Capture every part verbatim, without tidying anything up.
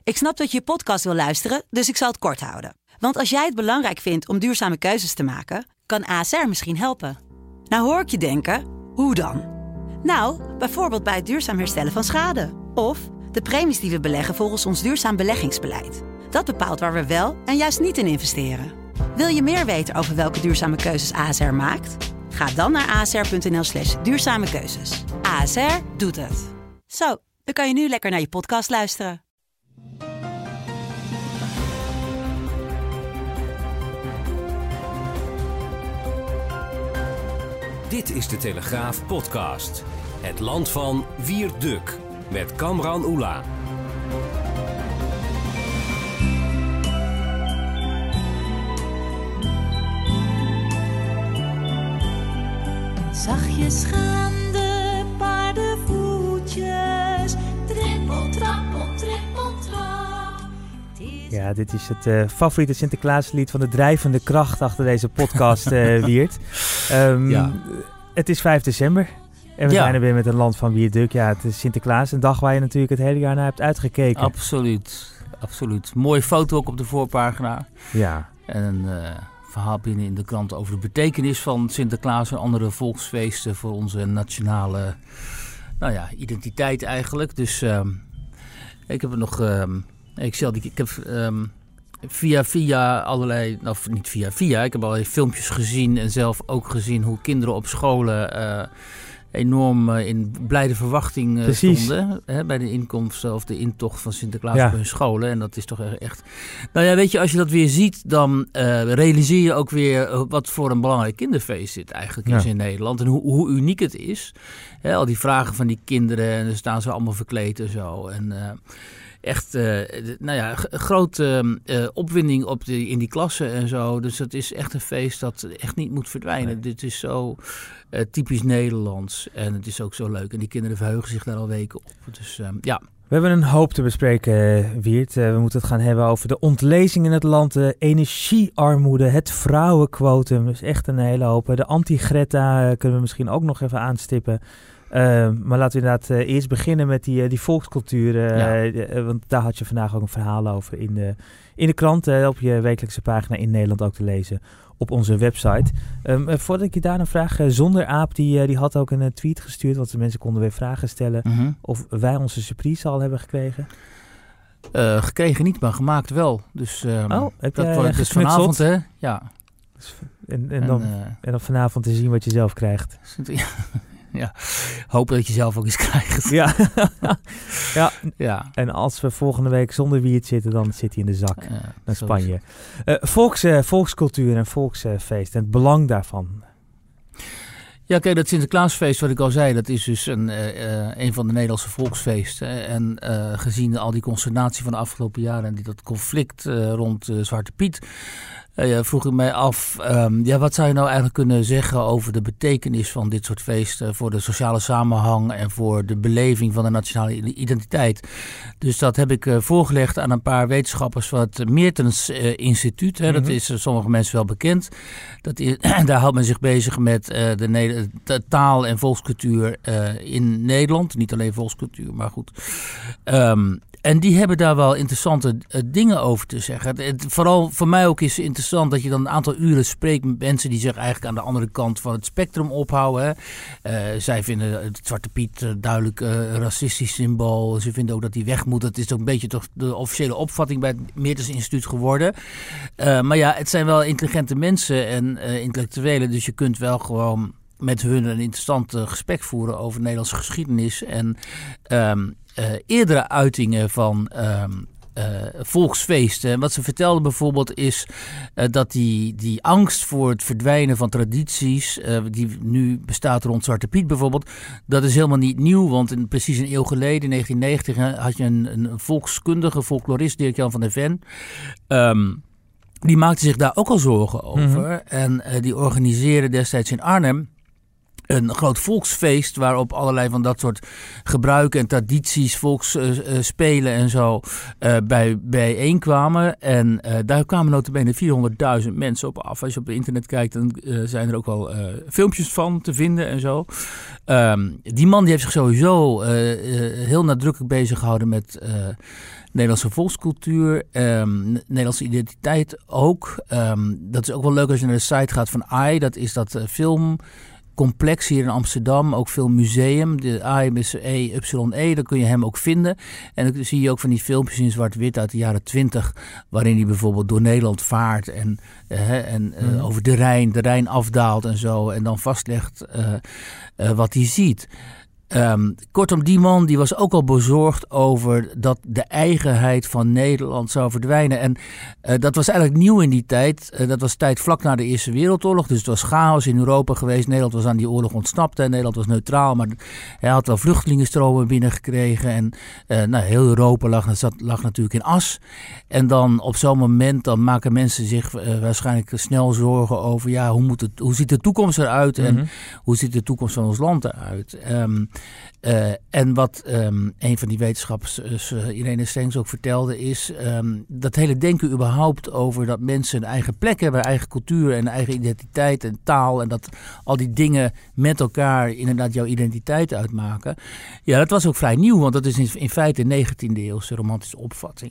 Ik snap dat je je podcast wil luisteren, dus ik zal het kort houden. Want als jij het belangrijk vindt om duurzame keuzes te maken, kan A S R misschien helpen. Nou hoor ik je denken, hoe dan? Nou, bijvoorbeeld bij het duurzaam herstellen van schade. Of de premies die we beleggen volgens ons duurzaam beleggingsbeleid. Dat bepaalt waar we wel en juist niet in investeren. Wil je meer weten over welke duurzame keuzes A S R maakt? Ga dan naar asr.nl slash duurzame keuzes. A S R doet het. Zo, dan kan je nu lekker naar je podcast luisteren. Dit is de Telegraaf podcast. Het land van Wierduk met Kamran Oela. Zachtjes gaan de paardenvoetjes, trippel, trappel, trippel, trap. Ja, dit is het uh, favoriete Sinterklaaslied van de drijvende kracht achter deze podcast, uh, Wierd. Um, ja. Het is vijf december en we ja. zijn er weer met een land van Wierduk. Ja, het is Sinterklaas, een dag waar je natuurlijk het hele jaar naar hebt uitgekeken. Absoluut, absoluut. Mooie foto ook op de voorpagina. Ja. En een uh, verhaal binnen in de krant over de betekenis van Sinterklaas en andere volksfeesten voor onze nationale nou ja, identiteit eigenlijk. Dus uh, ik heb er nog... Uh, ik, zal die, ik heb um, via via allerlei... Of niet via via, ik heb allerlei filmpjes gezien en zelf ook gezien hoe kinderen op scholen Uh, enorm uh, in blijde verwachting uh, stonden hè, bij de inkomst of de intocht van Sinterklaas ja. op hun scholen. En dat is toch echt... Nou ja, weet je, als je dat weer ziet, dan uh, realiseer je ook weer uh, wat voor een belangrijk kinderfeest dit eigenlijk ja. is in Nederland. En hoe, hoe uniek het is. Hè, al die vragen van die kinderen en dan staan ze allemaal verkleed en zo. En... Uh, Echt, uh, nou ja, g- grote uh, opwinding op de, in die klassen en zo. Dus het is echt een feest dat echt niet moet verdwijnen. Nee. Dit is zo uh, typisch Nederlands. En het is ook zo leuk. En die kinderen verheugen zich daar al weken op. Dus uh, ja... We hebben een hoop te bespreken, Wierd. Uh, we moeten het gaan hebben over de ontlezing in het land, de energiearmoede, het vrouwenquotum. Dus echt een hele hoop. De anti-Greta uh, kunnen we misschien ook nog even aanstippen. Uh, maar laten we inderdaad uh, eerst beginnen met die, uh, die volkscultuur. Uh, ja. uh, want daar had je vandaag ook een verhaal over in de, in de krant. Uh, op je wekelijkse pagina in Nederland ook te lezen op onze website. Um, uh, voordat ik je daar een vraag... Uh, Zonder Aap, die, uh, die had ook een uh, tweet gestuurd. Want de mensen konden weer vragen stellen. Mm-hmm. Of wij onze surprise al hebben gekregen. Uh, gekregen niet, maar gemaakt wel. Dus um, oh, heb dat jij wordt dus vanavond, hè? Ja. En, en, en, dan, uh, en dan vanavond te zien wat je zelf krijgt. Ja. Ja, hopen dat je zelf ook eens krijgt. Ja. ja. ja, en als we volgende week zonder Wierd zitten, dan zit hij in de zak uh, naar Spanje. Uh, volks, uh, volkscultuur en volksfeest en het belang daarvan. Ja, kijk, dat Sinterklaasfeest, wat ik al zei, dat is dus een, uh, een van de Nederlandse volksfeesten. En uh, gezien al die consternatie van de afgelopen jaren en die, dat conflict uh, rond uh, Zwarte Piet... Uh, ja, vroeg ik mij af, um, ja, wat zou je nou eigenlijk kunnen zeggen over de betekenis van dit soort feesten voor de sociale samenhang en voor de beleving van de nationale identiteit. Dus dat heb ik uh, voorgelegd aan een paar wetenschappers van het Meertens uh, Instituut. Hè. Mm-hmm. Dat is uh, sommige mensen wel bekend. Dat is, daar houdt men zich bezig met uh, de, ne- de taal en volkscultuur uh, in Nederland. Niet alleen volkscultuur, maar goed. Um, En die hebben daar wel interessante uh, dingen over te zeggen. Het, het, vooral voor mij ook is het interessant dat je dan een aantal uren spreekt met mensen die zich eigenlijk aan de andere kant van het spectrum ophouden. Uh, zij vinden het Zwarte Piet uh, duidelijk uh, een racistisch symbool. Ze vinden ook dat die weg moet. Dat is ook een beetje toch de officiële opvatting bij het Meertens Instituut geworden. Uh, maar ja, het zijn wel intelligente mensen en uh, intellectuelen. Dus je kunt wel gewoon met hun een interessant uh, gesprek voeren over Nederlandse geschiedenis en Um, Uh, eerdere uitingen van um, uh, volksfeesten. En wat ze vertelden bijvoorbeeld is uh, dat die, die angst voor het verdwijnen van tradities, uh, die nu bestaat rond Zwarte Piet bijvoorbeeld, dat is helemaal niet nieuw. Want in, precies een eeuw geleden, in negentien negentig, had je een, een volkskundige, folklorist, Dirk-Jan van der Ven. Um, die maakte zich daar ook al zorgen over. Mm-hmm. En uh, die organiseerde destijds in Arnhem een groot volksfeest waarop allerlei van dat soort gebruiken en tradities, volksspelen uh, en zo uh, bij, bijeenkwamen. En uh, daar kwamen nota bene vierhonderdduizend mensen op af. Als je op het internet kijkt, dan uh, zijn er ook wel uh, filmpjes van te vinden en zo. Um, die man die heeft zich sowieso uh, uh, heel nadrukkelijk bezig gehouden met uh, Nederlandse volkscultuur, um, Nederlandse identiteit ook. Um, dat is ook wel leuk als je naar de site gaat van A I. Dat is dat uh, film... complex hier in Amsterdam, ook veel museum. De A I is E Y E, daar kun je hem ook vinden. En dan zie je ook van die filmpjes in zwart-wit uit de jaren twintig, waarin hij bijvoorbeeld door Nederland vaart en, uh, en uh, mm. over de Rijn, de Rijn afdaalt en zo. En dan vastlegt uh, uh, wat hij ziet. Um, kortom, die man die was ook al bezorgd over dat de eigenheid van Nederland zou verdwijnen. En uh, dat was eigenlijk nieuw in die tijd. Uh, dat was tijd vlak na de Eerste Wereldoorlog. Dus het was chaos in Europa geweest. Nederland was aan die oorlog ontsnapt. Hè. Nederland was neutraal, maar hij had wel vluchtelingenstromen binnengekregen. En uh, nou, heel Europa lag, zat, lag natuurlijk in as. En dan op zo'n moment dan maken mensen zich uh, waarschijnlijk snel zorgen over... ja, hoe, moet het, hoe ziet de toekomst eruit en mm-hmm. hoe ziet de toekomst van ons land eruit? Um, Uh, en wat um, een van die wetenschappers, uh, Irene Stengs, ook vertelde, is um, dat hele denken überhaupt over dat mensen een eigen plek hebben, een eigen cultuur en een eigen identiteit en taal. En dat al die dingen met elkaar inderdaad jouw identiteit uitmaken. Ja, dat was ook vrij nieuw, want dat is in, in feite een negentiende eeuwse romantische opvatting.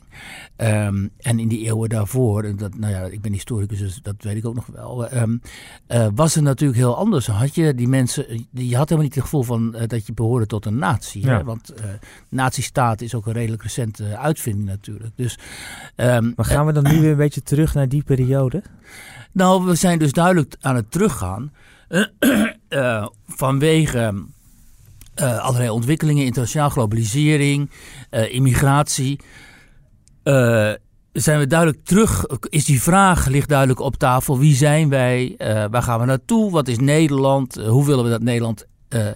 Um, en in die eeuwen daarvoor, en dat, nou ja, ik ben historicus, dus dat weet ik ook nog wel, um, uh, was het natuurlijk heel anders. Had je die mensen, je had helemaal niet het gevoel van uh, dat je behoorde tot een natie. Ja. Hè? Want uh, nazistaat is ook een redelijk recente uitvinding natuurlijk. Dus, um, maar gaan we dan nu weer een beetje terug naar die periode? Nou, we zijn dus duidelijk aan het teruggaan uh, uh, vanwege uh, allerlei ontwikkelingen, internationaal globalisering, uh, immigratie. Uh, zijn we duidelijk terug, is die vraag ligt duidelijk op tafel. Wie zijn wij? Uh, waar gaan we naartoe? Wat is Nederland? Uh, hoe willen we dat Nederland uh,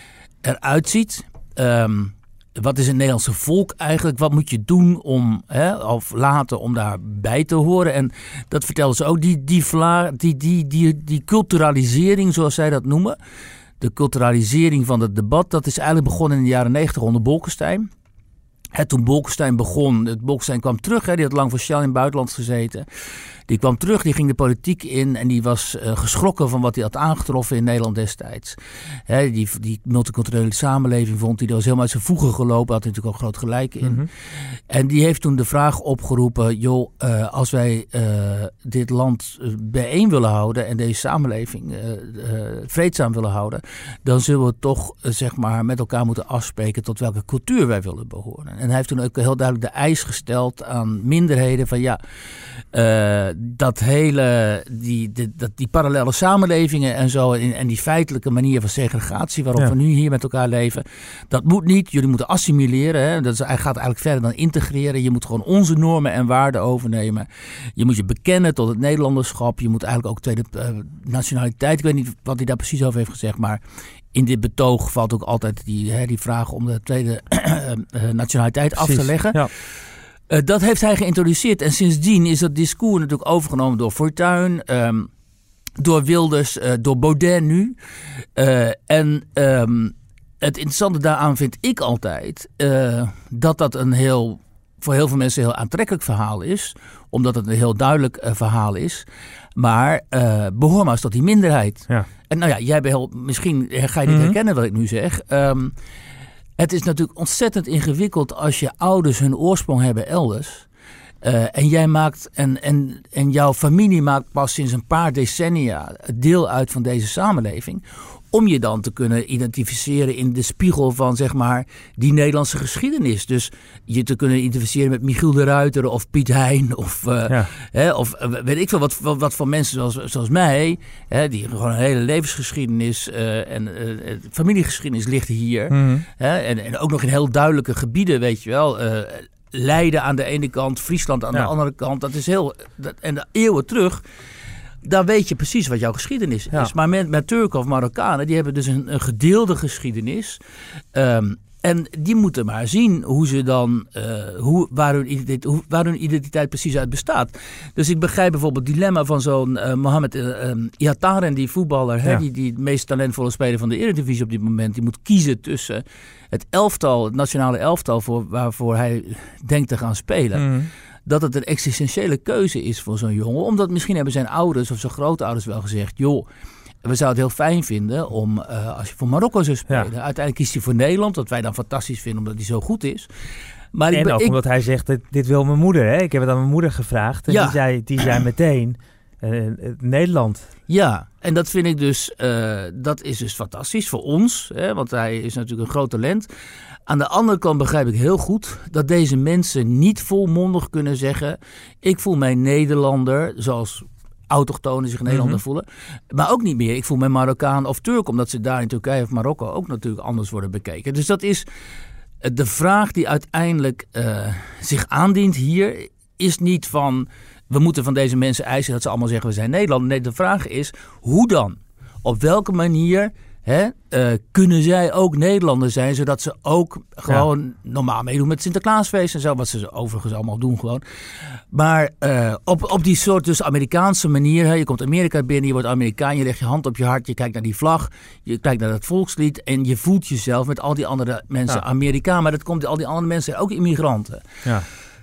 eruit ziet? Um, wat is het Nederlandse volk eigenlijk? Wat moet je doen om, hè, of laten om daarbij te horen? En dat vertelden ze ook. Die, die, vla, die, die, die, die culturalisering, zoals zij dat noemen. De culturalisering van het debat. Dat is eigenlijk begonnen in de jaren negentig onder Bolkestein. Hè, toen Bolkestein begon, het Bolkestein kwam terug, hè, die had lang voor Shell in het buitenland gezeten. Die kwam terug, die ging de politiek in en die was uh, geschrokken van wat hij had aangetroffen in Nederland destijds. Hè, die, die multiculturele samenleving vond hij, dat was helemaal uit zijn voegen gelopen, had hij natuurlijk ook groot gelijk in. Mm-hmm. En die heeft toen de vraag opgeroepen, joh, uh, als wij uh, dit land bijeen willen houden en deze samenleving uh, uh, vreedzaam willen houden, dan zullen we toch uh, zeg maar met elkaar moeten afspreken tot welke cultuur wij willen behoren. En hij heeft toen ook heel duidelijk de eis gesteld aan minderheden van ja, uh, dat hele, die, die, dat, die parallele samenlevingen en zo, en, en die feitelijke manier van segregatie waarop ja. we nu hier met elkaar leven, dat moet niet. Jullie moeten assimileren. Hè? Dat is, hij gaat eigenlijk verder dan integreren. Je moet gewoon onze normen en waarden overnemen. Je moet je bekennen tot het Nederlanderschap. Je moet eigenlijk ook tweede uh, nationaliteit. Ik weet niet wat hij daar precies over heeft gezegd, maar in dit betoog valt ook altijd die, hè, die vraag om de tweede uh, nationaliteit precies. af te leggen. Ja. Uh, dat heeft hij geïntroduceerd. En sindsdien is dat discours natuurlijk overgenomen door Fortuyn, um, door Wilders, uh, door Baudet nu. Uh, en um, het interessante daaraan vind ik altijd uh, dat dat een heel, voor heel veel mensen een heel aantrekkelijk verhaal is. Omdat het een heel duidelijk uh, verhaal is. Maar uh, behoor maar eens tot die minderheid. Ja. En nou ja, jij bent heel, misschien ga je niet mm-hmm. herkennen wat ik nu zeg. Um, Het is natuurlijk ontzettend ingewikkeld als je ouders hun oorsprong hebben elders. Uh, en jij maakt en, en, en jouw familie maakt pas sinds een paar decennia deel uit van deze samenleving. Om je dan te kunnen identificeren in de spiegel van zeg maar die Nederlandse geschiedenis. Dus je te kunnen identificeren met Michiel de Ruiter of Piet Hein. Of, uh, ja. hè, of uh, weet ik veel, wat, wat, wat voor mensen zoals, zoals mij. Hè, die gewoon een hele levensgeschiedenis uh, en uh, familiegeschiedenis ligt hier. Mm-hmm. Hè, en, en ook nog in heel duidelijke gebieden, weet je wel. Uh, Leiden aan de ene kant, Friesland aan ja. de andere kant. Dat is heel. Dat, en de eeuwen terug. Dan weet je precies wat jouw geschiedenis ja. is. Maar met, met Turken of Marokkanen, die hebben dus een, een gedeelde geschiedenis. Um, En die moeten maar zien hoe ze dan, uh, hoe, waar, hun identiteit, hoe, waar hun identiteit precies uit bestaat. Dus ik begrijp bijvoorbeeld het dilemma van zo'n uh, Mohamed uh, um, Ihataren, die voetballer, ja. hè, die, die het meest talentvolle speler van de Eredivisie op dit moment. Die moet kiezen tussen het elftal, het nationale elftal voor, waarvoor hij denkt te gaan spelen. Mm. Dat het een existentiële keuze is voor zo'n jongen. Omdat misschien hebben zijn ouders of zijn grootouders wel gezegd, joh, we zouden het heel fijn vinden om, uh, als je voor Marokko zou spelen. Ja. Uiteindelijk kiest hij voor Nederland, wat wij dan fantastisch vinden omdat hij zo goed is. Maar en ik, ook ik, omdat hij zegt, dit, dit wil mijn moeder. Hè? Ik heb het aan mijn moeder gevraagd. En ja. die, zei, die zei meteen, uh, Nederland. Ja, en dat vind ik dus, uh, dat is dus fantastisch voor ons. Hè? Want hij is natuurlijk een groot talent. Aan de andere kant begrijp ik heel goed dat deze mensen niet volmondig kunnen zeggen, ik voel mij Nederlander, zoals autochtonen zich Nederlander mm-hmm. voelen. Maar ook niet meer, ik voel mij Marokkaan of Turk, omdat ze daar in Turkije of Marokko ook natuurlijk anders worden bekeken. Dus dat is de vraag die uiteindelijk uh, zich aandient hier, is niet van, we moeten van deze mensen eisen dat ze allemaal zeggen we zijn Nederlander. Nee, de vraag is, hoe dan? Op welke manier Hè, uh, kunnen zij ook Nederlander zijn, zodat ze ook gewoon ja. normaal meedoen met Sinterklaasfeest en zo, wat ze overigens allemaal doen gewoon. Maar uh, op, op die soort dus Amerikaanse manier, hè, je komt Amerika binnen, je wordt Amerikaan, je legt je hand op je hart, je kijkt naar die vlag, je kijkt naar het volkslied en je voelt jezelf met al die andere mensen ja. Amerikaan, maar dat komt al die andere mensen ook immigranten. Ja.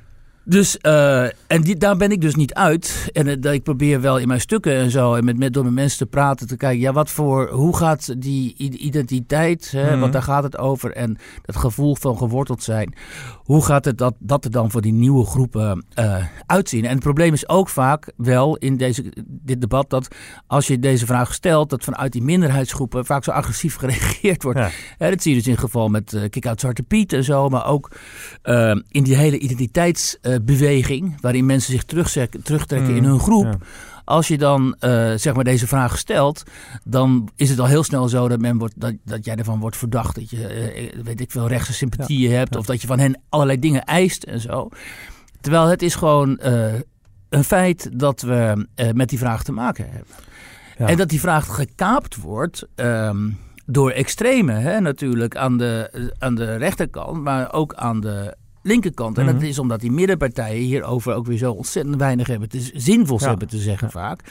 Dus, uh, en die, daar ben ik dus niet uit. En uh, ik probeer wel in mijn stukken en zo, en met, met door met mensen te praten, te kijken, ja, wat voor, hoe gaat die identiteit, hè, mm-hmm. want daar gaat het over, en dat gevoel van geworteld zijn, hoe gaat het dat, dat er dan voor die nieuwe groepen uh, uitzien? En het probleem is ook vaak wel in deze, dit debat, dat als je deze vraag stelt, dat vanuit die minderheidsgroepen vaak zo agressief gereageerd wordt. Ja. Ja, dat zie je dus in het geval met uh, Kick-Out Zwarte Piet en zo, maar ook uh, in die hele identiteits uh, beweging, waarin mensen zich terugtrekken mm, in hun groep. Ja. Als je dan uh, zeg maar deze vraag stelt, dan is het al heel snel zo dat men wordt, dat, dat jij ervan wordt verdacht dat je, uh, weet ik veel, rechtse sympathieën ja. hebt, ja. of dat je van hen allerlei dingen eist en zo. Terwijl het is gewoon uh, een feit dat we uh, met die vraag te maken hebben. Ja. En dat die vraag gekaapt wordt um, door extremen, hè, natuurlijk aan de, aan de rechterkant, maar ook aan de linkerkant. En mm-hmm. dat is omdat die middenpartijen hierover ook weer zo ontzettend weinig hebben te, zinvols ja. hebben te zeggen ja. vaak.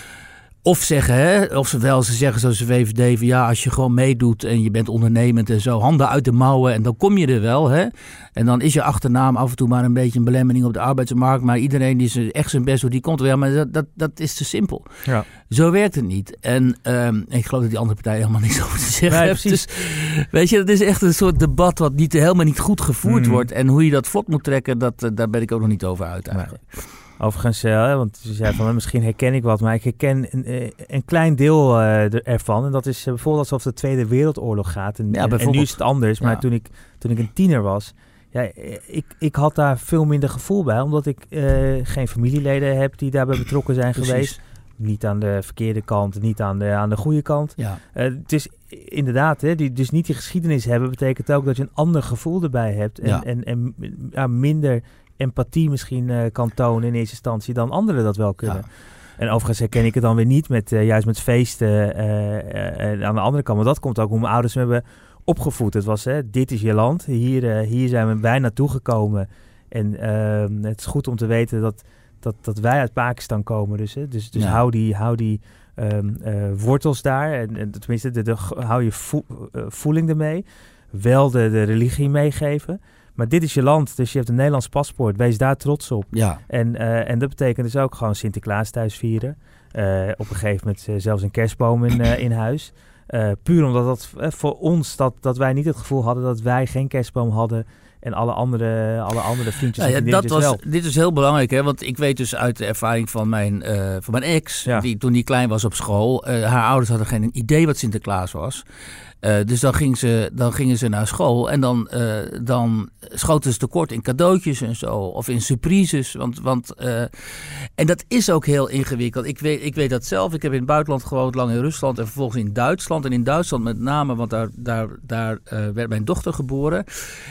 Of zeggen, hè, of ze wel ze zeggen zoals de V V D van ja, als je gewoon meedoet en je bent ondernemend en zo, handen uit de mouwen en dan kom je er wel. Hè? En dan is je achternaam af en toe maar een beetje een belemmering op de arbeidsmarkt, maar iedereen die echt zijn best doet, die komt er wel. Maar dat, dat, dat is te simpel. Ja. Zo werkt het niet. En um, ik geloof dat die andere partij helemaal niks over te zeggen nee, heeft. Dus, weet je, dat is echt een soort debat wat niet, helemaal niet goed gevoerd mm. wordt. En hoe je dat vlot moet trekken, dat, uh, daar ben ik ook nog niet over uit eigenlijk. Nee. Overigens, uh, want je zei van misschien herken ik wat, maar ik herken een, een klein deel uh, ervan. En dat is uh, bijvoorbeeld alsof de Tweede Wereldoorlog gaat. En, ja, en nu is het anders, maar ja. toen, ik, toen ik een tiener was, ja, ik, ik had daar veel minder gevoel bij. Omdat ik uh, geen familieleden heb die daarbij betrokken zijn Precies. geweest. Niet aan de verkeerde kant, niet aan de, aan de goede kant. Ja. Uh, het is inderdaad, hè, die, dus niet die geschiedenis hebben, betekent ook dat je een ander gevoel erbij hebt. En, ja. en, en ja, minder empathie misschien uh, kan tonen in eerste instantie dan anderen dat wel kunnen. Ja. En overigens herken ik het dan weer niet met uh, juist met feesten uh, uh, aan de andere kant. Maar dat komt ook hoe mijn ouders me hebben opgevoed. Het was, hè, dit is je land. Hier, uh, hier zijn we bij naartoe gekomen. En uh, het is goed om te weten dat, dat, dat wij uit Pakistan komen. Dus, hè. dus, dus ja. hou die, hou die um, uh, wortels daar. En, en tenminste, de, de, hou je vo, uh, voeling ermee. Wel de, de religie meegeven. Maar dit is je land, dus je hebt een Nederlands paspoort. Wees daar trots op. Ja. En, uh, en dat betekent dus ook gewoon Sinterklaas thuis vieren. Uh, op een gegeven moment uh, zelfs een kerstboom in, uh, in huis. Uh, puur omdat dat uh, voor ons, dat, dat wij niet het gevoel hadden dat wij geen kerstboom hadden. En alle andere, alle andere vriendjes nou ja, en dat was, wel. Dit is heel belangrijk, hè? Want ik weet dus uit de ervaring van mijn, uh, van mijn ex, ja. die toen die klein was op school, uh, haar ouders hadden geen idee wat Sinterklaas was. Uh, dus dan, ging ze, dan gingen ze naar school en dan, uh, dan schoten ze tekort in cadeautjes en zo. Of in surprises. Want, want, uh, en dat is ook heel ingewikkeld. Ik weet, ik weet dat zelf. Ik heb in het buitenland gewoond, lang in Rusland en vervolgens in Duitsland. En in Duitsland met name, want daar, daar, daar uh, werd mijn dochter geboren.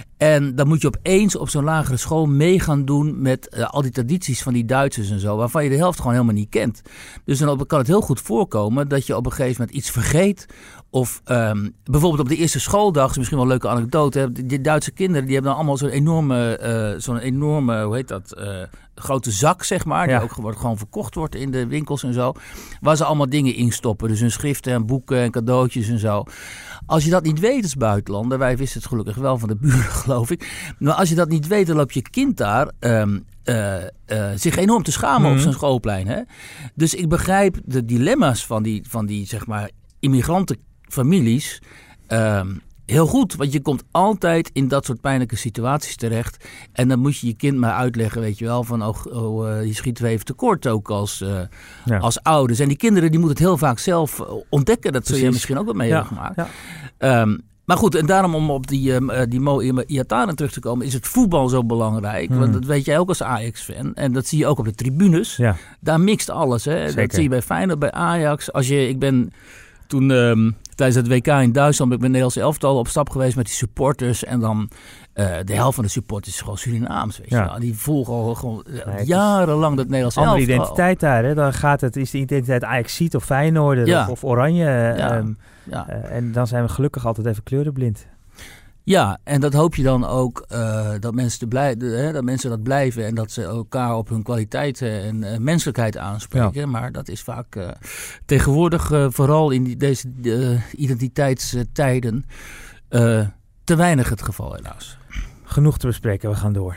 En dan moet je opeens op zo'n lagere school mee gaan doen met uh, al die tradities van die Duitsers en zo. Waarvan je de helft gewoon helemaal niet kent. Dus dan kan het heel goed voorkomen dat je op een gegeven moment iets vergeet. Of um, bijvoorbeeld op de eerste schooldag, is misschien wel een leuke anekdote. Hè? Die, die Duitse kinderen die hebben dan allemaal zo'n enorme, uh, zo'n enorme, hoe heet dat, uh, grote zak, zeg maar. Die ja. ook gewoon, gewoon verkocht wordt in de winkels en zo. Waar ze allemaal dingen in stoppen. Dus hun schriften en boeken en cadeautjes en zo. Als je dat niet weet als buitenlander, wij wisten het gelukkig wel van de buren, geloof ik. Maar als je dat niet weet, dan loopt je kind daar um, uh, uh, zich enorm te schamen mm-hmm. op zijn schoolplein. Hè? Dus ik begrijp de dilemma's van die, van die zeg maar, immigrantenfamilies um, heel goed. Want je komt altijd in dat soort pijnlijke situaties terecht. En dan moet je je kind maar uitleggen, weet je wel, van oh, oh uh, je schiet weer even tekort ook als, uh, ja. als ouders. En die kinderen die moeten het heel vaak zelf ontdekken. Dat zul je misschien ook wel mee ja. hebben gemaakt. Ja. Um, maar goed, en daarom om op die, um, die Mo Iataren terug te komen, is het voetbal zo belangrijk. Hmm. Want dat weet jij ook als Ajax-fan. En dat zie je ook op de tribunes. Ja. Daar mixt alles. Hè. Dat zie je bij Feyenoord, bij Ajax. Als je, ik ben toen um, tijdens het W K in Duitsland ben ik met Nederlands elftal op stap geweest met die supporters. En dan uh, de helft van de supporters is gewoon Surinaams. Weet je ja. wel. Die volgen al gewoon nee, jarenlang dat Nederlands elftal. Andere identiteit daar. Hè? Dan gaat het, is de identiteit Ajax-ziet of Feyenoord ja. of, of Oranje. Ja. Um, ja. uh, en dan zijn we gelukkig altijd even kleurenblind. Ja, en dat hoop je dan ook uh, dat, mensen te blij, de, hè, dat mensen dat blijven en dat ze elkaar op hun kwaliteiten en uh, menselijkheid aanspreken. Ja. Maar dat is vaak uh, tegenwoordig, uh, vooral in die, deze uh, identiteitstijden, uh, te weinig het geval helaas. Genoeg te bespreken, we gaan door.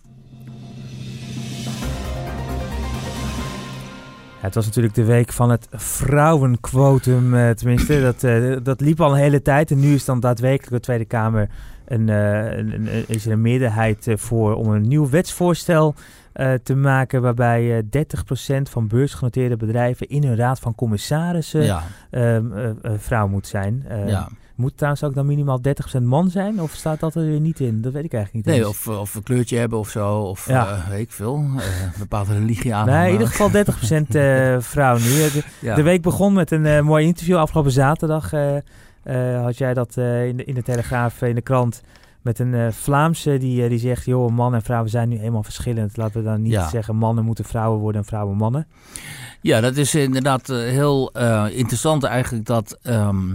Ja, het was natuurlijk de week van het vrouwenquotum, uh, tenminste. Dat, uh, dat liep al een hele tijd en nu is dan daadwerkelijk de Tweede Kamer een, uh, een, een, is er een meerderheid uh, voor om een nieuw wetsvoorstel uh, te maken waarbij uh, dertig procent van beursgenoteerde bedrijven in hun raad van commissarissen ja. uh, uh, uh, vrouw moet zijn. Uh, ja. Moet trouwens ook dan minimaal dertig procent man zijn? Of staat dat er weer niet in? Dat weet ik eigenlijk niet. Nee, of, of een kleurtje hebben of zo. Of ja. uh, weet ik veel. Uh, een bepaalde religie aan. Nee, in ieder geval dertig procent uh, vrouw nu. De, ja. de week begon met een uh, mooi interview. Afgelopen zaterdag uh, uh, had jij dat uh, in, de, in de Telegraaf, uh, in de krant. Met een uh, Vlaamse die, uh, die zegt, joh, man en vrouwen zijn nu eenmaal verschillend. Laten we dan niet ja. zeggen, mannen moeten vrouwen worden en vrouwen mannen. Ja, dat is inderdaad uh, heel uh, interessant eigenlijk dat... Um,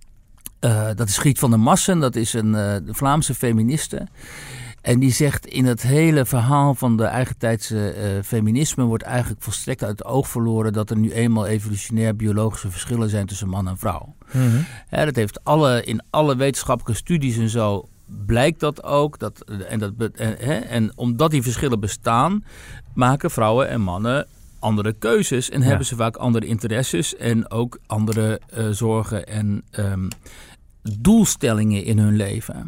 Uh, dat is Griet van der Massen, dat is een uh, Vlaamse feministe. En die zegt in het hele verhaal van de eigentijdse uh, feminisme wordt eigenlijk volstrekt uit het oog verloren dat er nu eenmaal evolutionair biologische verschillen zijn tussen man en vrouw. Mm-hmm. Ja, dat heeft alle, in alle wetenschappelijke studies en zo blijkt dat ook. Dat, en, dat, en, hè, en omdat die verschillen bestaan, maken vrouwen en mannen andere keuzes en ja. hebben ze vaak andere interesses en ook andere uh, zorgen en um, doelstellingen in hun leven.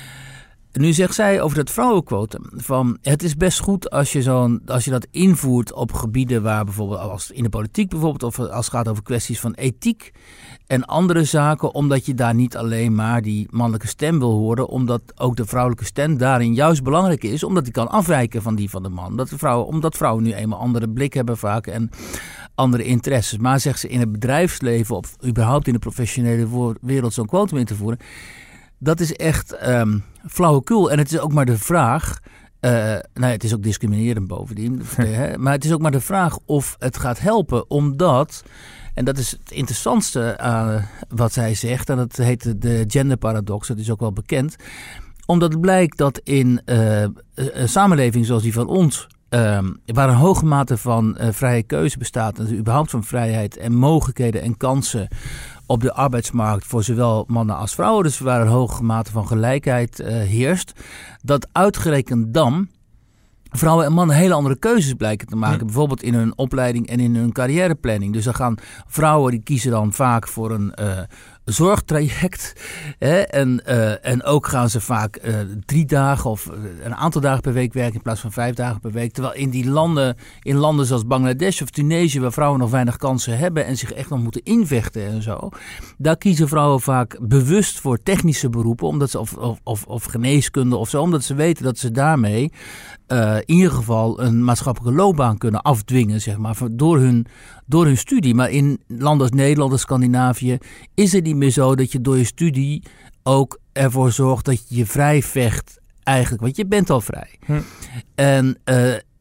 Nu zegt zij over dat vrouwenquotum van het is best goed als je, zo'n, als je dat invoert op gebieden waar bijvoorbeeld als in de politiek bijvoorbeeld of als het gaat over kwesties van ethiek en andere zaken, omdat je daar niet alleen maar die mannelijke stem wil horen, omdat ook de vrouwelijke stem daarin juist belangrijk is, omdat die kan afwijken van die van de man. Dat de vrouwen, omdat vrouwen nu eenmaal andere blik hebben vaak en andere interesses. Maar zegt ze in het bedrijfsleven of überhaupt in de professionele wereld zo'n quotum in te voeren, dat is echt um, flauwekul. En het is ook maar de vraag, uh, nou ja, het is ook discriminerend bovendien, hè, maar het is ook maar de vraag of het gaat helpen, omdat, en dat is het interessantste aan wat zij zegt, en dat heet de genderparadox, dat is ook wel bekend, omdat het blijkt dat in uh, een samenleving zoals die van ons, Um, waar een hoge mate van uh, vrije keuze bestaat en überhaupt van vrijheid en mogelijkheden en kansen op de arbeidsmarkt voor zowel mannen als vrouwen, dus waar een hoge mate van gelijkheid uh, heerst, dat uitgerekend dan vrouwen en mannen hele andere keuzes blijken te maken. Ja. Bijvoorbeeld in hun opleiding en in hun carrièreplanning. Dus dan gaan vrouwen, die kiezen dan vaak voor een uh, zorgtraject. Hè? En, uh, en ook gaan ze vaak uh, drie dagen of uh, een aantal dagen per week werken in plaats van vijf dagen per week. Terwijl in die landen, in landen zoals Bangladesh of Tunesië, waar vrouwen nog weinig kansen hebben en zich echt nog moeten invechten en zo, daar kiezen vrouwen vaak bewust voor technische beroepen, omdat ze, of, of, of, of geneeskunde of zo, omdat ze weten dat ze daarmee Uh, in ieder geval een maatschappelijke loopbaan kunnen afdwingen, zeg maar, door hun, door hun studie. Maar in landen als Nederland en Scandinavië is het niet meer zo dat je door je studie ook ervoor zorgt dat je je vrij vecht eigenlijk, want je bent al vrij. Hm. En uh,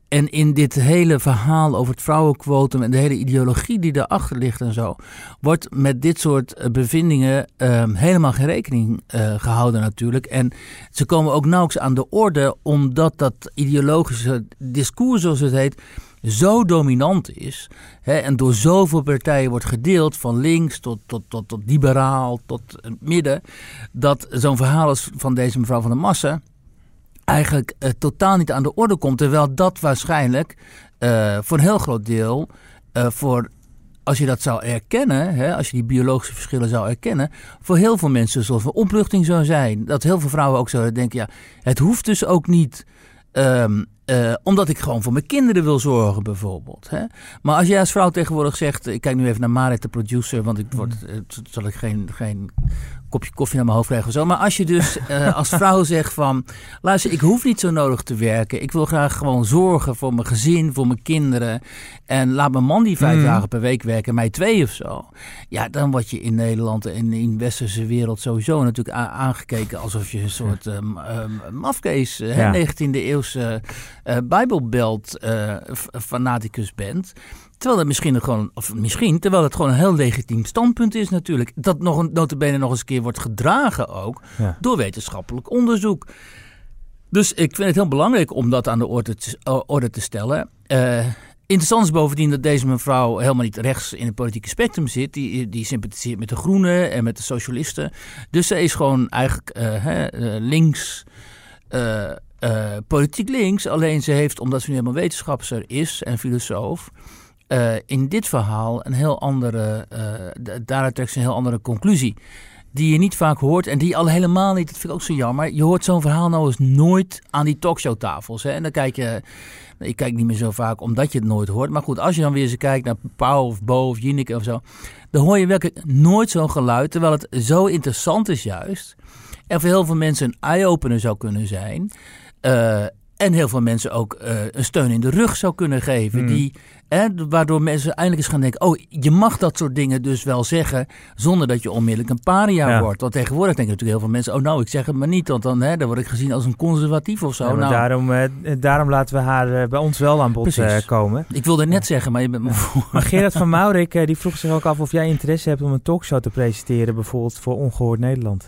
en in dit hele verhaal over het vrouwenquotum en de hele ideologie die daarachter ligt en zo, wordt met dit soort bevindingen uh, helemaal geen rekening uh, gehouden natuurlijk. En ze komen ook nauwelijks aan de orde, omdat dat ideologische discours, zoals het heet, zo dominant is, hè, en door zoveel partijen wordt gedeeld, van links tot, tot, tot, tot liberaal, tot het midden, dat zo'n verhaal als van deze mevrouw van der Massa eigenlijk uh, totaal niet aan de orde komt. Terwijl dat waarschijnlijk uh, voor een heel groot deel, uh, voor, als je dat zou erkennen, hè, als je die biologische verschillen zou erkennen, voor heel veel mensen een soort van opluchting zou zijn. Dat heel veel vrouwen ook zouden denken, ja, het hoeft dus ook niet, Um, uh, omdat ik gewoon voor mijn kinderen wil zorgen bijvoorbeeld. Hè? Maar als jij als vrouw tegenwoordig zegt, ik kijk nu even naar Marit, de producer, want ik word, uh, zal ik geen, geen kopje koffie naar mijn hoofd krijgen of zo. Maar als je dus uh, als vrouw zegt van, luister, ik hoef niet zo nodig te werken. Ik wil graag gewoon zorgen voor mijn gezin, voor mijn kinderen. En laat mijn man die vijf mm. dagen per week werken, mij twee of zo. Ja, dan word je in Nederland en in de westerse wereld sowieso natuurlijk a- aangekeken alsof je een soort um, um, mafkees, uh, ja. negentiende eeuwse uh, Bijbelbelt uh, f- fanaticus bent. Terwijl het misschien gewoon, of misschien, terwijl het gewoon een heel legitiem standpunt is natuurlijk. Dat nog een, nota bene nog eens een keer wordt gedragen ook, ja, door wetenschappelijk onderzoek. Dus ik vind het heel belangrijk om dat aan de orde te, uh, orde te stellen. Uh, Interessant is bovendien dat deze mevrouw helemaal niet rechts in het politieke spectrum zit. Die, die sympathiseert met de Groenen en met de socialisten. Dus ze is gewoon eigenlijk uh, hè, uh, links, uh, uh, politiek links. Alleen ze heeft, omdat ze nu helemaal wetenschapper is en filosoof, uh, in dit verhaal een heel andere, uh, daaruit trekt ze een heel andere conclusie. Die je niet vaak hoort en die al helemaal niet, dat vind ik ook zo jammer. Je hoort zo'n verhaal nou eens nooit aan die talkshowtafels. Hè? En dan kijk je, ik kijk niet meer zo vaak omdat je het nooit hoort. Maar goed, als je dan weer eens kijkt naar Pauw of Bo of Jinek of zo, dan hoor je werkelijk nooit zo'n geluid. Terwijl het zo interessant is juist. En voor heel veel mensen een eye-opener zou kunnen zijn. Uh, En heel veel mensen ook uh, een steun in de rug zou kunnen geven. Hmm. Die, eh, waardoor mensen eindelijk eens gaan denken, oh, je mag dat soort dingen dus wel zeggen, zonder dat je onmiddellijk een paria ja. wordt. Want tegenwoordig denken natuurlijk heel veel mensen, oh nou, ik zeg het maar niet, want dan, hè, dan word ik gezien als een conservatief of zo. Ja, nou, daarom, uh, daarom laten we haar uh, bij ons wel aan bod uh, komen. Ik wilde net ja. zeggen, maar je bent me voor. Maar Gerard van Maurik, uh, die vroeg zich ook af of jij interesse hebt om een talkshow te presenteren, bijvoorbeeld voor Ongehoord Nederland.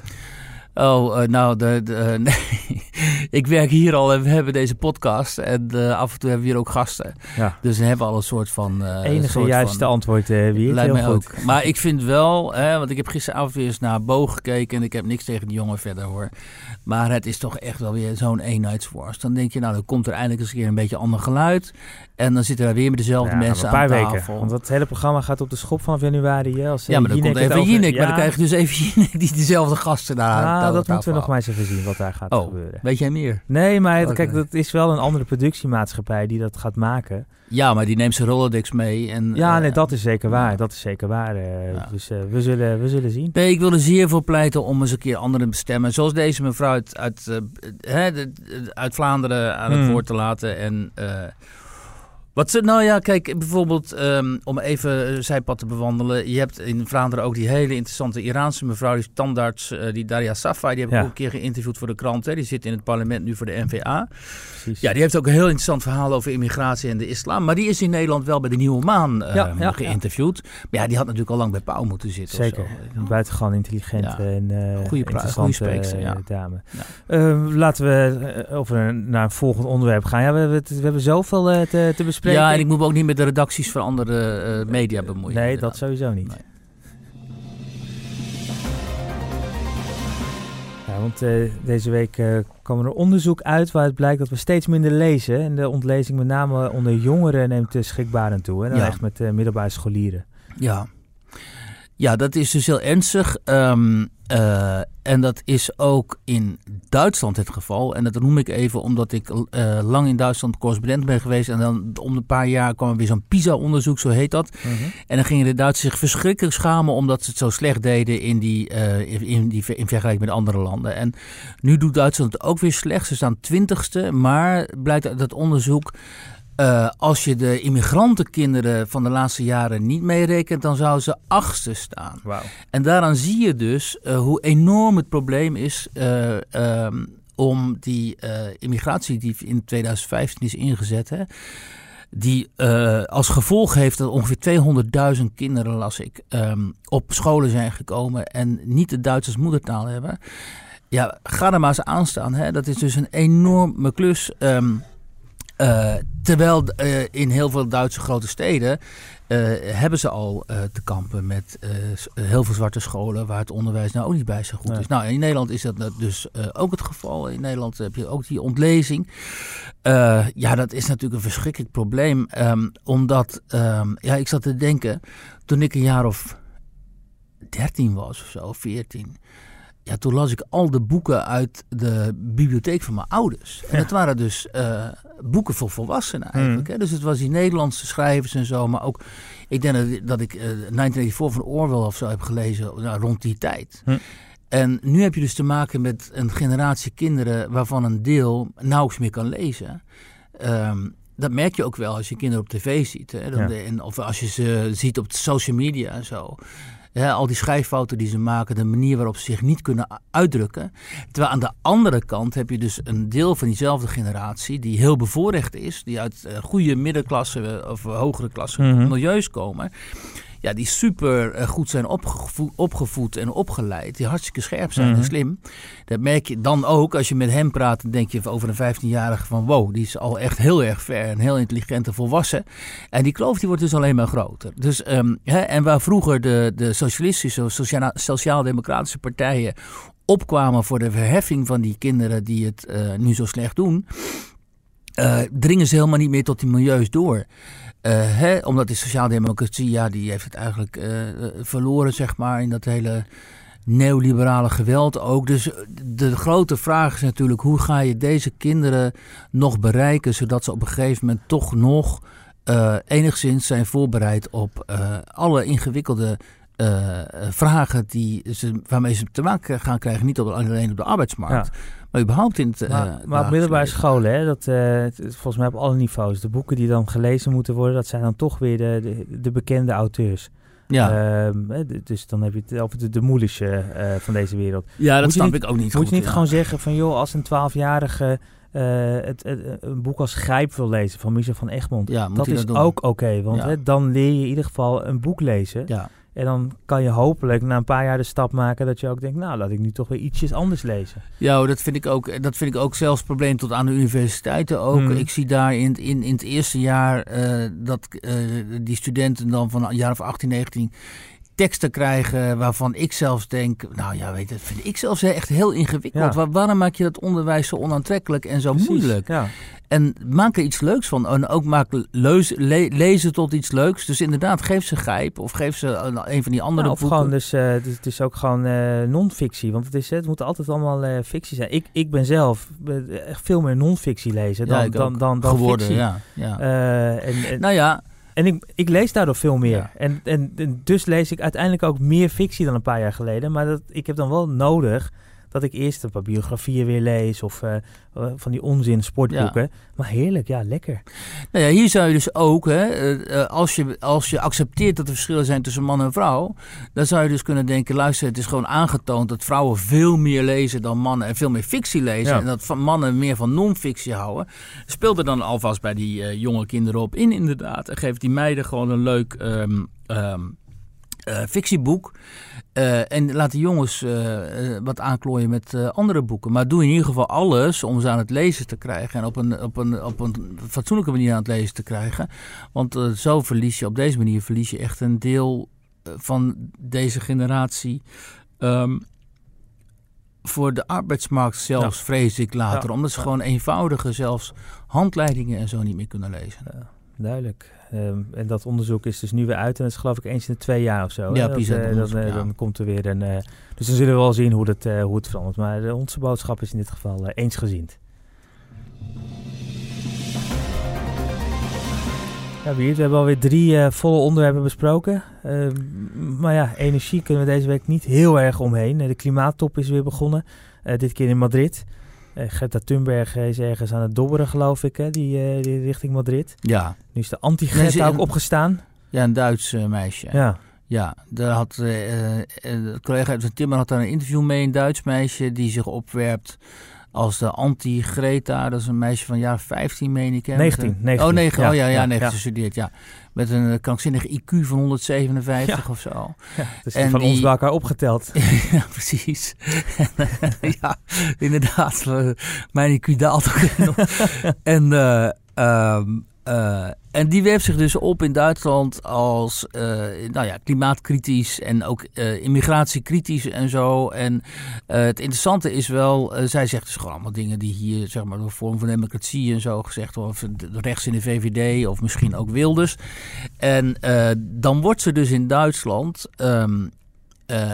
Oh, uh, nou, de, de, nee. Ik werk hier al en we hebben deze podcast. En uh, af en toe hebben we hier ook gasten. Ja. Dus we hebben al een soort van... Uh, enige soort juiste van, antwoord, uh, wie lijkt heel mij goed. Ook. Maar ik vind wel, hè, want ik heb gisteravond weer eens naar Bo gekeken. En ik heb niks tegen die jongen verder hoor. Maar het is toch echt wel weer zo'n eenheidsworst. Dan denk je, nou, dan komt er eindelijk eens een keer een beetje ander geluid. En dan zitten er weer met dezelfde ja, mensen aan tafel. Een paar weken. Want dat hele programma gaat op de schop vanaf januari. Hè, als, ja, maar dan Jinek komt even over... Jinek. Ja. Maar dan krijg je dus even Jinek die dezelfde gasten daar. Ah, daar dat moeten we nog maar eens even zien wat daar gaat oh, gebeuren. Weet jij meer? Nee, maar okay. Kijk, dat is wel een andere productiemaatschappij die dat gaat maken. Ja, maar die neemt zijn Rolodex mee. En, ja, nee, uh, dat is zeker waar. Ja. Dat is zeker waar. Uh, ja. Dus uh, we, zullen, we zullen zien. Nee, ik wil er zeer voor pleiten om eens een keer anderen te stemmen. Zoals deze mevrouw uit, uit, uh, hè, de, uit Vlaanderen aan het hmm. woord te laten. En uh, wat ze, nou ja, kijk, bijvoorbeeld um, om even zijpad te bewandelen. Je hebt in Vlaanderen ook die hele interessante Iraanse mevrouw, die standaards, uh, die Daria Safai. Die heb ik ja. ook een keer geïnterviewd voor de krant. Hè. Die zit in het parlement nu voor de N V A. Precies. Ja, die heeft ook een heel interessant verhaal over immigratie en de islam. Maar die is in Nederland wel bij de Nieuwe Maan uh, ja, ja, geïnterviewd. Ja. Maar ja, die had natuurlijk al lang bij Pauw moeten zitten. Zeker. Een buitengewoon intelligente ja. en uh, goeie pra- interessante spreekster, ja. dame. Ja. Uh, laten we uh, over naar een volgend onderwerp gaan. Ja, we, we, we hebben zoveel uh, te, te bespreken. Ja, en ik moet me ook niet met de redacties van andere uh, media bemoeien. Nee, inderdaad. Dat sowieso niet. Nee. Ja, want uh, deze week uh, kwam er een onderzoek uit waaruit blijkt dat we steeds minder lezen. En de ontlezing met name onder jongeren neemt uh, schrikbarend toe. Hè? Dan ja. echt met uh, middelbare scholieren. Ja. Ja, dat is dus heel ernstig. Um, uh, en dat is ook in Duitsland het geval. En dat noem ik even omdat ik uh, lang in Duitsland correspondent ben geweest. En dan om een paar jaar kwam er weer zo'n PISA-onderzoek, zo heet dat. Uh-huh. En dan gingen de Duitsers zich verschrikkelijk schamen omdat ze het zo slecht deden in, die, uh, in, die, in vergelijking met andere landen. En nu doet Duitsland het ook weer slecht. Ze staan twintigste, maar blijkt uit dat onderzoek... Uh, als je de immigrantenkinderen van de laatste jaren niet meerekent, dan zouden ze achtste staan. Wow. En daaraan zie je dus uh, hoe enorm het probleem is uh, um, om die uh, immigratie die in tweeduizend vijftien is ingezet, hè, die uh, als gevolg heeft dat ongeveer tweehonderdduizend kinderen, las ik, um, op scholen zijn gekomen en niet de Duits als moedertaal hebben. Ja, ga er maar eens aan staan. Hè. Dat is dus een enorme klus. Um, uh, terwijl uh, in heel veel Duitse grote steden uh, hebben ze al uh, te kampen met uh, heel veel zwarte scholen waar het onderwijs nou ook niet bij zo goed nee. is. Nou, in Nederland is dat dus uh, ook het geval. In Nederland heb je ook die ontlezing. Uh, ja, dat is natuurlijk een verschrikkelijk probleem. Um, omdat, um, ja, ik zat te denken, toen ik een jaar of dertien was of zo, veertien... Ja, toen las ik al de boeken uit de bibliotheek van mijn ouders. En ja. dat waren dus uh, boeken voor volwassenen eigenlijk. Mm. Hè? Dus het was die Nederlandse schrijvers en zo. Maar ook, ik denk dat, dat ik uh, negentien vierennegentig van Orwell of zo heb gelezen nou, rond die tijd. Mm. En nu heb je dus te maken met een generatie kinderen waarvan een deel nauwelijks meer kan lezen. Um, dat merk je ook wel als je kinderen op tv ziet. Hè? Dan, ja. en, of als je ze ziet op social media en zo. Ja, al die schrijffouten die ze maken, de manier waarop ze zich niet kunnen uitdrukken. Terwijl aan de andere kant heb je dus een deel van diezelfde generatie die heel bevoorrecht is, die uit uh, goede middenklasse of uh, hogere klasse mm-hmm. milieus komen. Ja, die super uh, goed zijn opgevoed, opgevoed en opgeleid, die hartstikke scherp zijn mm-hmm. en slim. Dat merk je dan ook als je met hem praat, dan denk je over een vijftienjarige van wow, die is al echt heel erg ver en heel intelligent en volwassen. En die kloof die wordt dus alleen maar groter. Dus, um, hè, en waar vroeger de, de socialistische of sociaal, sociaal-democratische partijen opkwamen voor de verheffing van die kinderen die het uh, nu zo slecht doen, uh, dringen ze helemaal niet meer tot die milieus door. Uh, hè, omdat die sociaaldemocratie, ja, die heeft het eigenlijk uh, verloren, zeg maar, in dat hele neoliberale geweld ook. Dus de grote vraag is natuurlijk, hoe ga je deze kinderen nog bereiken, zodat ze op een gegeven moment toch nog uh, enigszins zijn voorbereid op uh, alle ingewikkelde uh, vragen die ze, waarmee ze te maken gaan krijgen, niet alleen op de arbeidsmarkt. Ja. Maar überhaupt in het... Uh, maar, maar op middelbare scholen, hè, dat, uh, het, volgens mij op alle niveaus, de boeken die dan gelezen moeten worden, dat zijn dan toch weer de, de, de bekende auteurs. Ja. Uh, dus dan heb je het over de, de moelische uh, van deze wereld. Ja, dat moet snap niet, ik ook niet Moet goed, je niet ja. gewoon zeggen van, joh, als een twaalfjarige uh, het, het, een boek als Grijp wil lezen van Michel van Egmond, ja, dat is dat ook oké, okay, want ja. hè, dan leer je in ieder geval een boek lezen. Ja. En dan kan je hopelijk na een paar jaar de stap maken dat je ook denkt, nou, laat ik nu toch weer ietsjes anders lezen. Ja, dat vind ik ook, dat vind ik ook zelfs probleem tot aan de universiteiten ook. Hmm. Ik zie daar in, in, in het eerste jaar uh, dat uh, die studenten dan van een jaar of achttien, negentien teksten krijgen waarvan ik zelfs denk, nou ja, weet je, dat vind ik zelfs echt heel ingewikkeld. Ja. Waar, waarom maak je dat onderwijs zo onaantrekkelijk en zo Precies, moeilijk? Ja. En maak er iets leuks van. En ook maak leus, le, lezen tot iets leuks. Dus inderdaad, geef ze Grijp of geef ze een, een van die andere nou, of boeken. Gewoon dus, uh, dus het is ook gewoon uh, non-fictie. Want het, is, het moet altijd allemaal uh, fictie zijn. Ik, ik ben zelf uh, echt veel meer non-fictie lezen dan, ja, dan, dan, dan geworden, fictie. Ja, ja. Uh, en, en, nou ja. En ik, ik lees daardoor veel meer. Ja. En, en, en dus lees ik uiteindelijk ook meer fictie dan een paar jaar geleden. Maar dat, ik heb dan wel nodig dat ik eerst een paar biografieën weer lees of uh, van die onzin sportboeken. Ja. Maar heerlijk, ja, lekker. Nou ja, hier zou je dus ook, hè, uh, als, je, als je accepteert dat er verschillen zijn tussen man en vrouw, dan zou je dus kunnen denken, luister, het is gewoon aangetoond dat vrouwen veel meer lezen dan mannen en veel meer fictie lezen. Ja. En dat van mannen meer van non-fictie houden. Speel er dan alvast bij die uh, jonge kinderen op in, inderdaad. En geef die meiden gewoon een leuk um, um, uh, fictieboek. Uh, en laat de jongens uh, uh, wat aanklooien met uh, andere boeken. Maar doe in ieder geval alles om ze aan het lezen te krijgen. En op een, op een, op een fatsoenlijke manier aan het lezen te krijgen. Want uh, zo verlies je, op deze manier verlies je echt een deel uh, van deze generatie. Um, voor de arbeidsmarkt zelfs, ja. vrees ik later. Ja. Omdat ze ja. gewoon eenvoudige zelfs handleidingen en zo niet meer kunnen lezen. Ja, duidelijk. Um, en dat onderzoek is dus nu weer uit en dat is geloof ik eens in de twee jaar of zo. Ja, dat, PISA uh, dan, uh, ja. dan komt er weer een... Uh, dus dan zullen we wel zien hoe, dat, uh, hoe het verandert. Maar uh, onze boodschap is in dit geval uh, eensgezind. Ja, Wiert, we hebben alweer drie uh, volle onderwerpen besproken. Uh, maar ja, energie kunnen we deze week niet heel erg omheen. De klimaattop is weer begonnen, uh, dit keer in Madrid. Uh, Greta Thunberg is ergens aan het dobberen, geloof ik, hè, die, uh, die richting Madrid. Ja. Nu is de anti-Greta nee, ook opgestaan. Ja, een Duits uh, meisje. Ja. Ja, daar had, uh, uh, de collega uit Timmer had daar een interview mee, een Duits meisje die zich opwerpt als de anti-Greta, dat is een meisje van jaar vijftien, meen ik. Hè? negentien, negentien. Oh, negen, ja, oh ja, ja, ja, negentien ja. gestudeerd, ja. Met een krankzinnig I Q van honderdzevenenvijftig Ja. of zo. Ja, dus En van die- ons bij elkaar opgeteld. Ja, precies. Ja, inderdaad. uh, Mijn I Q daalt ook nog. En, eh, ehm, eh, en die werpt zich dus op in Duitsland als eh, nou ja, klimaatkritisch en ook eh, immigratiekritisch en zo. En eh, het interessante is wel, uh, zij zegt dus gewoon allemaal dingen die hier, zeg maar, door vorm van democratie en zo gezegd worden. Of de- rechts in de V V D of misschien ook Wilders. En uh, dan wordt ze dus in Duitsland Um, uh,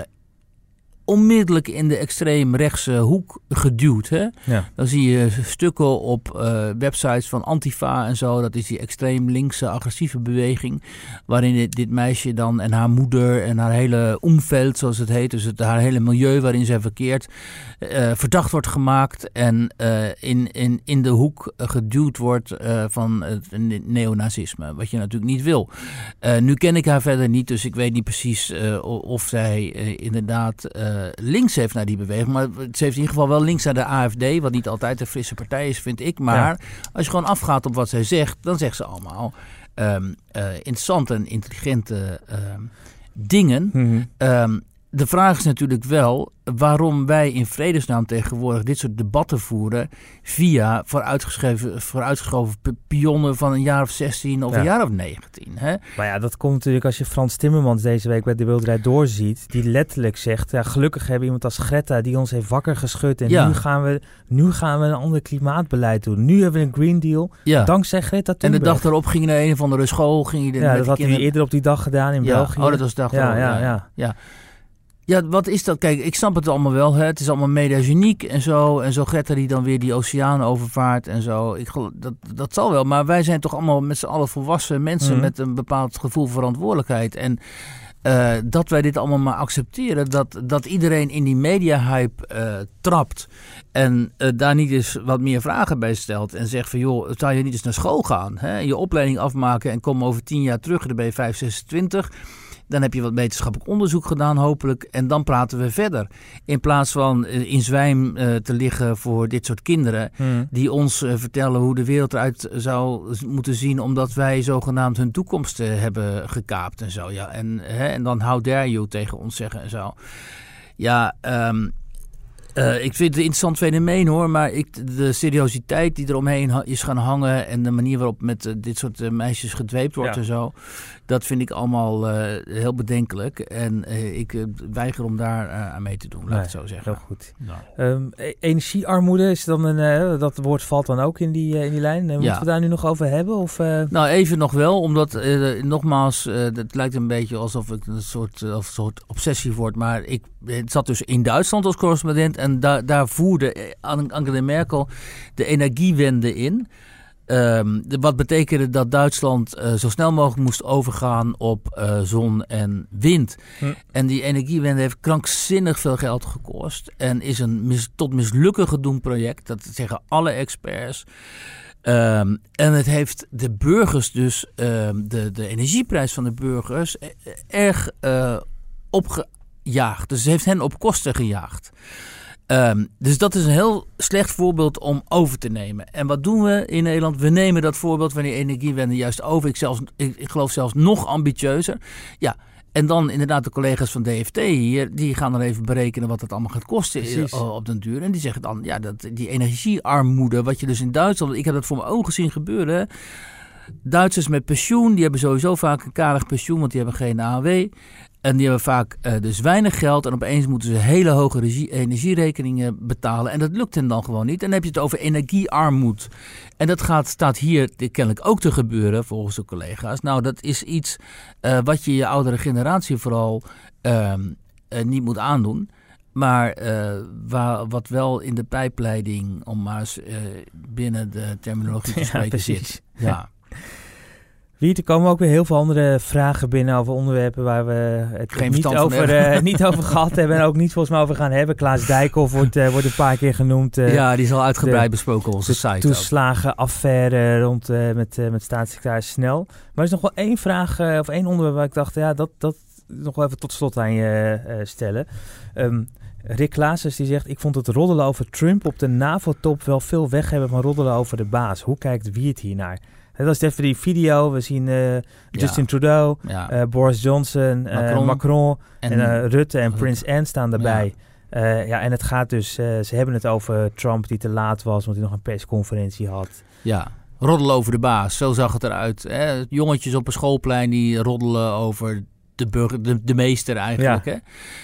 onmiddellijk in de extreemrechtse hoek geduwd. Hè? Ja. Dan zie je stukken op uh, websites van Antifa en zo. Dat is die extreem linkse agressieve beweging. Waarin dit, dit meisje dan en haar moeder en haar hele umveld, zoals het heet. Dus het, haar hele milieu waarin zij verkeert. Uh, verdacht wordt gemaakt. En uh, in, in, in de hoek geduwd wordt uh, van het neonazisme. Wat je natuurlijk niet wil. Uh, nu ken ik haar verder niet. Dus ik weet niet precies uh, of zij uh, inderdaad Uh, links heeft naar die beweging. Maar ze heeft in ieder geval wel links naar de A F D. Wat niet altijd een frisse partij is, vind ik. Maar ja. Als je gewoon afgaat op wat zij zegt, dan zegt ze allemaal um, uh, interessante en intelligente um, dingen. Mm-hmm. Um, de vraag is natuurlijk wel waarom wij in vredesnaam tegenwoordig dit soort debatten voeren via vooruitgeschreven, vooruitgeschoven pionnen van een jaar of zestien of ja. een jaar of negentien. Hè? Maar ja, dat komt natuurlijk als je Frans Timmermans deze week bij De Wereld Draait Door ziet, die letterlijk zegt, ja, gelukkig hebben we iemand als Greta die ons heeft wakker geschud en ja. nu, gaan we, nu gaan we een ander klimaatbeleid doen. Nu hebben we een Green Deal, ja. dankzij Greta Thunberg. En de dag erop ging je naar een of andere school. Ging je ja, dat had kinderen... hij eerder op die dag gedaan in ja. België. Oh, dat was de dag ja, erop. ja, Ja, ja. ja. Ja, wat is dat? Kijk, ik snap het allemaal wel. Hè? Het is allemaal mediageniek en zo. En zo Greta die dan weer die oceaan overvaart en zo. Ik geloof, dat, dat zal wel. Maar wij zijn toch allemaal met z'n allen volwassen mensen mm. met een bepaald gevoel verantwoordelijkheid. En uh, dat wij dit allemaal maar accepteren. Dat, dat iedereen in die media-hype uh, trapt. En uh, daar niet eens wat meer vragen bij stelt. En zegt van joh, zou je niet eens naar school gaan? Hè? Je opleiding afmaken en kom over tien jaar terug. Dan ben je vijf, zesentwintig. Dan heb je wat wetenschappelijk onderzoek gedaan hopelijk. En dan praten we verder. In plaats van uh, in zwijm uh, te liggen voor dit soort kinderen. Hmm. Die ons uh, vertellen hoe de wereld eruit zou moeten zien. Omdat wij zogenaamd hun toekomst uh, hebben gekaapt en zo. Ja. En, hè, en dan how dare you tegen ons zeggen en zo. Ja, um, Uh, ik vind het een interessant fenomeen hoor, maar ik, de seriositeit die eromheen ha- is gaan hangen en de manier waarop met uh, dit soort uh, meisjes gedweept wordt ja. en zo, dat vind ik allemaal uh, heel bedenkelijk. En uh, ik uh, weiger om daar uh, aan mee te doen, laat nee, ik het zo zeggen. Heel goed. Ja. Um, e- energiearmoede, is dan een, uh, dat woord valt dan ook in die, uh, in die lijn. Uh, moeten ja. we daar nu nog over hebben? Of, uh... Nou, even nog wel, omdat uh, nogmaals, uh, het lijkt een beetje alsof ik een soort, uh, een soort obsessie word, maar ik het zat dus in Duitsland als correspondent en da- daar voerde Angela Merkel de energiewende in. Um, de, wat betekende dat Duitsland uh, zo snel mogelijk moest overgaan op uh, zon en wind. Hm. En die energiewende heeft krankzinnig veel geld gekost. En is een mis, tot mislukken gedoemd project. Dat zeggen alle experts. Um, en het heeft de burgers dus, um, de, de energieprijs van de burgers, erg uh, opgejaagd. Dus het heeft hen op kosten gejaagd. Um, dus dat is een heel slecht voorbeeld om over te nemen. En wat doen we in Nederland? We nemen dat voorbeeld van die energiewende juist over. Ik, zelfs, ik, ik geloof zelfs nog ambitieuzer. Ja, en dan inderdaad de collega's van D F T hier, die gaan dan even berekenen wat het allemaal gaat kosten Precies. op den duur. En die zeggen dan, ja, dat, die energiearmoede, wat je dus in Duitsland, ik heb dat voor mijn ogen zien gebeuren. Duitsers met pensioen, die hebben sowieso vaak een karig pensioen, want die hebben geen A O W. En die hebben vaak uh, dus weinig geld en opeens moeten ze hele hoge regie, energierekeningen betalen. En dat lukt hen dan gewoon niet. En dan heb je het over energiearmoed. En dat gaat, staat hier kennelijk ook te gebeuren volgens de collega's. Nou, dat is iets uh, wat je je oudere generatie vooral uh, uh, niet moet aandoen. Maar uh, waar, wat wel in de pijpleiding, om maar eens uh, binnen de terminologie te spreken, ja, zit. Ja. Wiert, er komen ook weer heel veel andere vragen binnen over onderwerpen waar we het Geen niet, over, uh, niet over gehad hebben en ook niet volgens mij over gaan hebben. Klaas Dijkhoff wordt, uh, wordt een paar keer genoemd. Uh, ja, die is al uitgebreid de, besproken op onze de site. Toeslagenaffaire rond uh, met, uh, met staatssecretaris Snel. Maar er is nog wel één vraag uh, of één onderwerp waar ik dacht, ja, dat, dat nog wel even tot slot aan je uh, stellen. Um, Rick Klaasens die zegt... Ik vond het roddelen over Trump op de NAVO-top wel veel weg hebben van roddelen over de baas. Hoe kijkt Wiert hiernaar? Dat is even die video. We zien uh, Justin ja. Trudeau, ja. uh, Boris Johnson, Macron, uh, Macron en, en uh, Rutte en Rutte. Prins Anne staan daarbij. Ja. Uh, ja, en het gaat dus... Uh, ze hebben het over Trump die te laat was... omdat hij nog een persconferentie had. Ja, roddelen over de baas. Zo zag het eruit. Hè? Jongetjes op een schoolplein die roddelen over de, burger, de, de meester eigenlijk. Ja.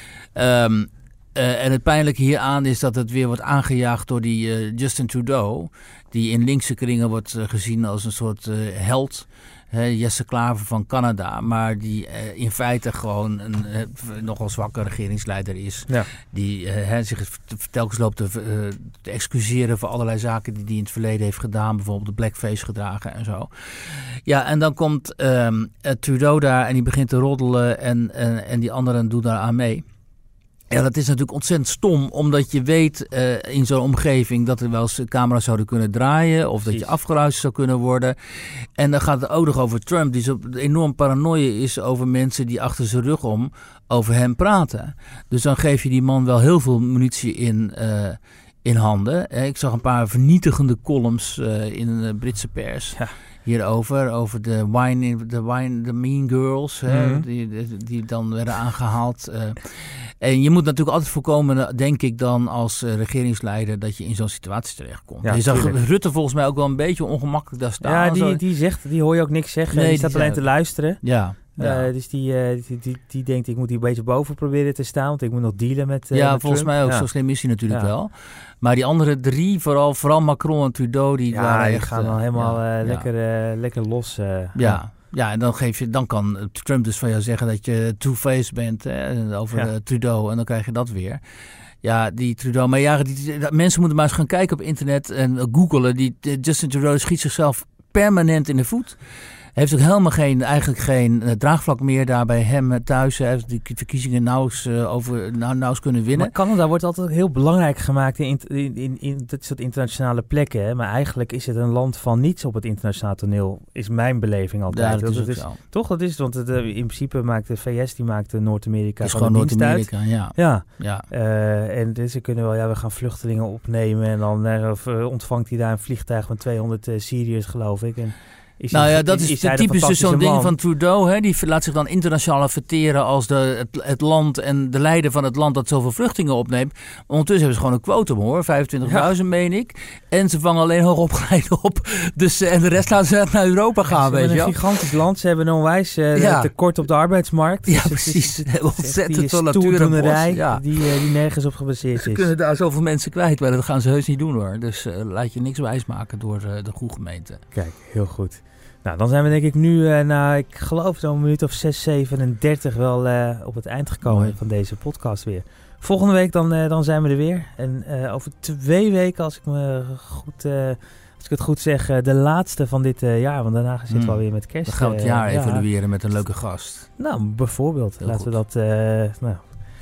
Hè? Um, uh, en het pijnlijke hieraan is dat het weer wordt aangejaagd door die uh, Justin Trudeau... die in linkse kringen wordt uh, gezien als een soort uh, held... He, Jesse Klaver van Canada, maar die uh, in feite gewoon een uh, nogal zwakke regeringsleider is. Ja. Die uh, zich telkens loopt te, uh, te excuseren voor allerlei zaken die hij in het verleden heeft gedaan. Bijvoorbeeld de blackface gedragen en zo. Ja, en dan komt um, uh, Trudeau daar en die begint te roddelen en, uh, en die anderen doen daar aan mee. Ja, dat is natuurlijk ontzettend stom, omdat je weet uh, in zo'n omgeving dat er wel eens camera's zouden kunnen draaien of Precies. dat je afgeluisterd zou kunnen worden. En dan gaat het ook nog over Trump, die zo enorm paranoïe is over mensen die achter zijn rug om over hem praten. Dus dan geef je die man wel heel veel munitie in, uh, in handen. Ik zag een paar vernietigende columns uh, in de Britse pers. Ja. Hierover, over de wine, de wine, de mean girls, mm-hmm. hè, die, die, die dan werden aangehaald. Uh, en je moet natuurlijk altijd voorkomen, denk ik dan als uh, regeringsleider, dat je in zo'n situatie terechtkomt. Ja, je zag tuurlijk. Rutte volgens mij ook wel een beetje ongemakkelijk daar staan. Ja, die, die zegt, die hoor je ook niks zeggen. Nee, die staat die alleen zei, te luisteren. Ja. Ja. Uh, dus die, uh, die, die, die denkt, ik moet hier een beetje boven proberen te staan, want ik moet nog dealen met uh, Ja, met volgens Trump. mij ook. Ja. Zo slim is hij natuurlijk ja. wel. Maar die andere drie, vooral, vooral Macron en Trudeau, die ja, waren die echt... gaan dan helemaal ja, uh, ja. lekker, uh, lekker los. Uh, ja. ja. Ja, en dan, geef je, dan kan Trump dus van jou zeggen dat je two-faced bent hè, over ja. uh, Trudeau. En dan krijg je dat weer. Ja, die Trudeau. Maar ja, die, die, mensen moeten maar eens gaan kijken op internet en uh, googelen. Die, die Justin Trudeau schiet zichzelf permanent in de voet. Hij heeft ook helemaal geen, eigenlijk geen uh, draagvlak meer daar bij hem uh, thuis. Hij heeft die verkiezingen nauwelijks, uh, over, nou, nauwelijks kunnen winnen. Maar Canada wordt altijd heel belangrijk gemaakt in, in, in, in dat soort internationale plekken. Hè? Maar eigenlijk is het een land van niets op het internationaal toneel. Is mijn beleving altijd. Ja, dat is, dat is toch, dat is het. Want het, uh, in principe maakt de V S, die maakt Noord-Amerika. Het is gewoon Noord-Amerika, ja. Ja. ja. Uh, en dus ze kunnen wel, ja, we gaan vluchtelingen opnemen. En dan uh, of, uh, ontvangt hij daar een vliegtuig met tweehonderd uh, Syriërs, geloof ik. En Is nou hij, ja, dat is, is typisch dus zo'n ding van Trudeau. Hè? Die laat zich dan internationaal verteren als de, het, het land en de leider van het land dat zoveel vluchtelingen opneemt. Ondertussen hebben ze gewoon een quotum hoor, vijfentwintigduizend ja. meen ik. En ze vangen alleen hoogopgeleiden op. Dus, en de rest laten ze naar Europa gaan. Ze hebben een gigantisch land. Ze hebben een onwijs uh, ja. tekort op de arbeidsmarkt. Ja, dus precies. Het is, het is ontzettend veel natuurdoenerij ja. die, uh, die nergens op gebaseerd is. Ze kunnen daar zoveel mensen kwijt, maar dat gaan ze heus niet doen hoor. Dus uh, laat je niks wijsmaken door uh, de goede gemeente. Kijk, heel goed. Nou, dan zijn we denk ik nu uh, na, ik geloof zo'n minuut of zes, zevenendertig wel uh, op het eind gekomen Mooi. van deze podcast weer. Volgende week dan, uh, dan zijn we er weer. En uh, over twee weken, als ik, me goed, uh, als ik het goed zeg, uh, de laatste van dit uh, jaar. Want daarna zitten we alweer met kerst. Dan gaan we het jaar uh, evalueren ja. met een leuke gast. Nou, bijvoorbeeld. Heel Laten goed. we dat... Uh, nou.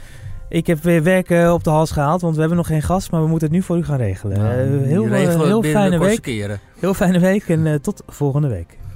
Ik heb weer werk uh, op de hals gehaald, want we hebben nog geen gast, maar we moeten het nu voor u gaan regelen. Nou, uh, heel, uh, heel fijne week. Keren. Heel fijne week en uh, tot volgende week.